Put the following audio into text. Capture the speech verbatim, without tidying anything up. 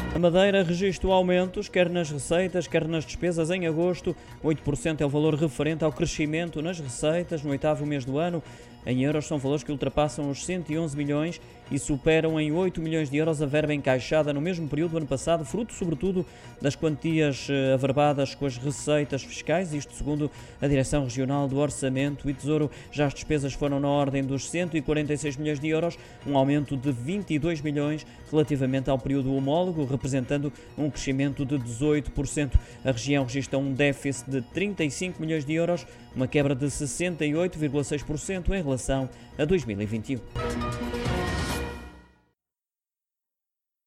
A Madeira registrou aumentos, quer nas receitas, quer nas despesas em agosto. oito por cento é o valor referente ao crescimento nas receitas no oitavo mês do ano. Em euros são valores que ultrapassam os cento e onze milhões e superam em oito milhões de euros a verba encaixada no mesmo período do ano passado, fruto sobretudo das quantias averbadas com as receitas fiscais, isto segundo a Direção Regional do Orçamento e Tesouro. Já as despesas foram na ordem dos cento e quarenta e seis milhões de euros, um aumento de vinte e dois milhões relativamente ao período homólogo, representando um crescimento de dezoito por cento. A região registra um déficit de trinta e cinco milhões de euros, uma quebra de sessenta e oito vírgula seis por cento em relação a dois mil e vinte e um.